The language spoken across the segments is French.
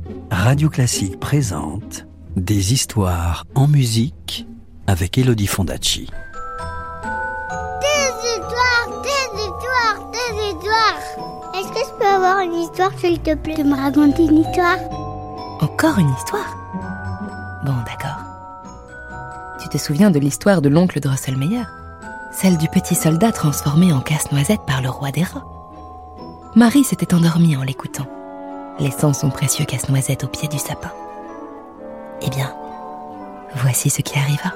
Radio Classique présente Des histoires en musique avec Elodie Fondacci. Des histoires. Est-ce que je peux avoir une histoire, s'il te plaît, de me raconter une histoire? Encore une histoire? Bon, d'accord. Tu te souviens de l'histoire de l'oncle Drosselmeyer? Celle du petit soldat transformé en casse-noisette par le roi des rats. Marie s'était endormie en l'écoutant, laissant son précieux casse-noisette au pied du sapin. Eh bien, voici ce qui arriva.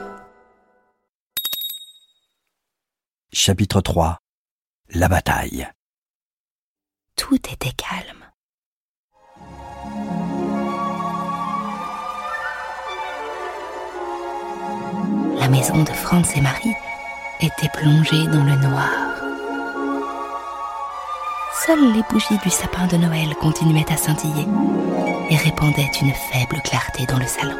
Chapitre 3. La bataille. Tout était calme. La maison de Franz et Marie était plongée dans le noir. Seules les bougies du sapin de Noël continuaient à scintiller et répandaient une faible clarté dans le salon.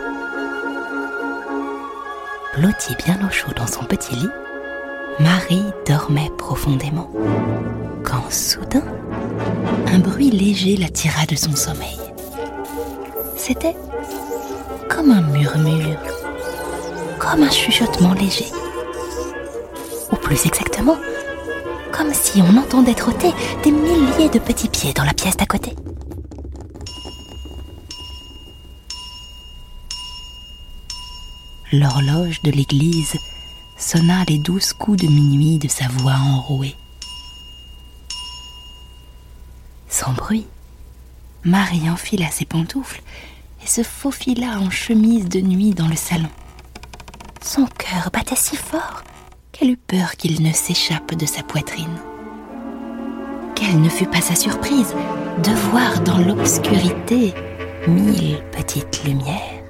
Blottie bien au chaud dans son petit lit, Marie dormait profondément, quand soudain, un bruit léger la tira de son sommeil. C'était comme un murmure, comme un chuchotement léger. Ou plus exactement, comme si on entendait trotter des milliers de petits pieds dans la pièce d'à côté. L'horloge de l'église sonna les 12 coups de minuit de sa voix enrouée. Sans bruit, Marie enfila ses pantoufles et se faufila en chemise de nuit dans le salon. Son cœur battait si fort qu'elle eut peur qu'il ne s'échappe de sa poitrine. Quelle ne fut pas sa surprise de voir dans l'obscurité 1000 petites lumières.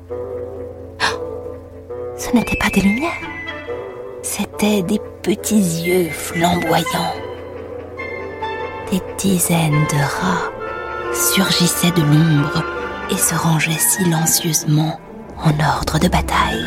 Oh, ce n'étaient pas des lumières, c'étaient des petits yeux flamboyants. Des dizaines de rats surgissaient de l'ombre et se rangeaient silencieusement en ordre de bataille.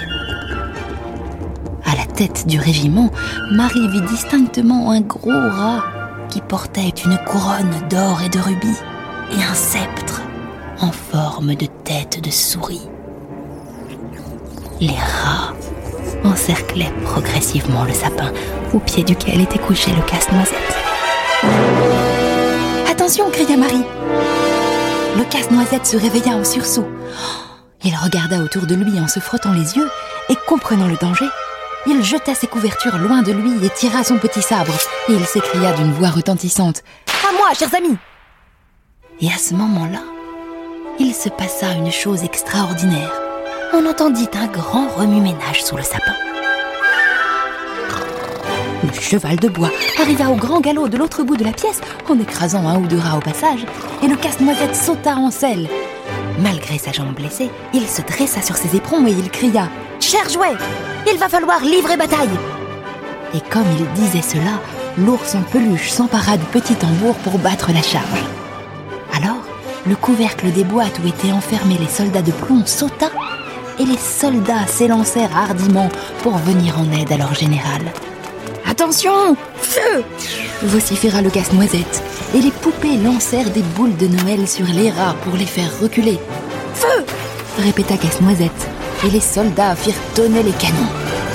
À la tête du régiment, Marie vit distinctement un gros rat qui portait une couronne d'or et de rubis et un sceptre en forme de tête de souris. Les rats encerclaient progressivement le sapin au pied duquel était couché le casse-noisette. « Attention !» cria Marie. Le casse-noisette se réveilla en sursaut. Il regarda autour de lui en se frottant les yeux et, comprenant le danger, il jeta ses couvertures loin de lui et tira son petit sabre. Et il s'écria d'une voix retentissante « À moi, chers amis !» Et à ce moment-là, il se passa une chose extraordinaire. On entendit un grand remue-ménage sous le sapin. Le cheval de bois arriva au grand galop de l'autre bout de la pièce en écrasant un ou deux rats au passage, et le casse-noisette sauta en selle. Malgré sa jambe blessée, il se dressa sur ses éperons et il cria « Cher jouet, il va falloir livrer bataille !» Et comme il disait cela, l'ours en peluche s'empara du petit tambour pour battre la charge. Alors, le couvercle des boîtes où étaient enfermés les soldats de plomb sauta et les soldats s'élancèrent hardiment pour venir en aide à leur général. « Attention, feu !» vociféra le casse-noisette, et les poupées lancèrent des boules de Noël sur les rats pour les faire reculer. « Feu !» répéta Casse-Noisette, et les soldats firent tonner les canons.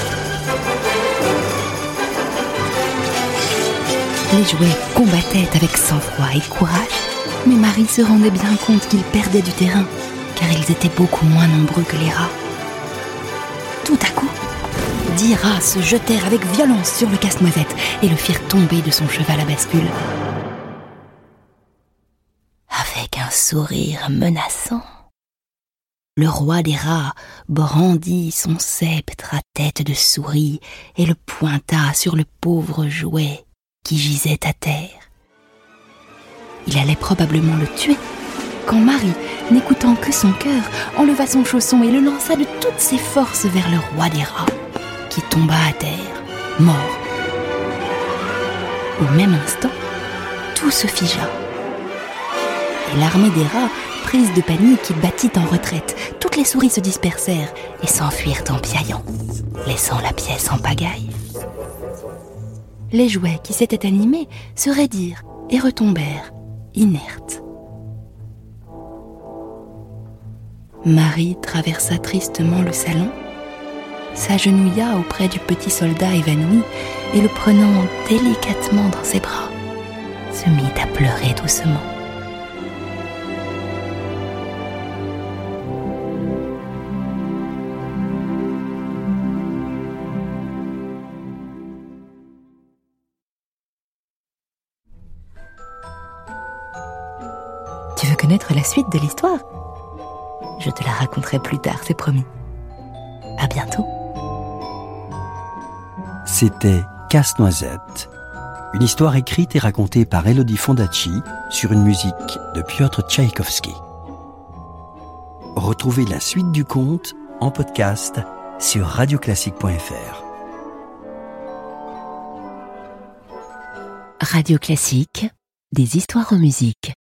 Les jouets combattaient avec sang-froid et courage, mais Marie se rendait bien compte qu'ils perdaient du terrain, car ils étaient beaucoup moins nombreux que les rats. Tout à coup, 10 rats se jetèrent avec violence sur le casse-noisette et le firent tomber de son cheval à bascule. Avec un sourire menaçant, le roi des rats brandit son sceptre à tête de souris et le pointa sur le pauvre jouet qui gisait à terre. Il allait probablement le tuer quand Marie, n'écoutant que son cœur, enleva son chausson et le lança de toutes ses forces vers le roi des rats, qui tomba à terre, mort. Au même instant, tout se figea. Et l'armée des rats, prise de panique, battit en retraite. Toutes les souris se dispersèrent et s'enfuirent en piaillant, laissant la pièce en pagaille. Les jouets qui s'étaient animés se raidirent et retombèrent, inertes. Marie traversa tristement le salon, s'agenouilla auprès du petit soldat évanoui et le prenant délicatement dans ses bras, se mit à pleurer doucement. Tu veux connaître la suite de l'histoire ? Je te la raconterai plus tard, c'est promis. À bientôt. C'était Casse-Noisette, une histoire écrite et racontée par Elodie Fondacci sur une musique de Piotr Tchaïkovski. Retrouvez la suite du conte en podcast sur radioclassique.fr. Radio Classique, des histoires en musique.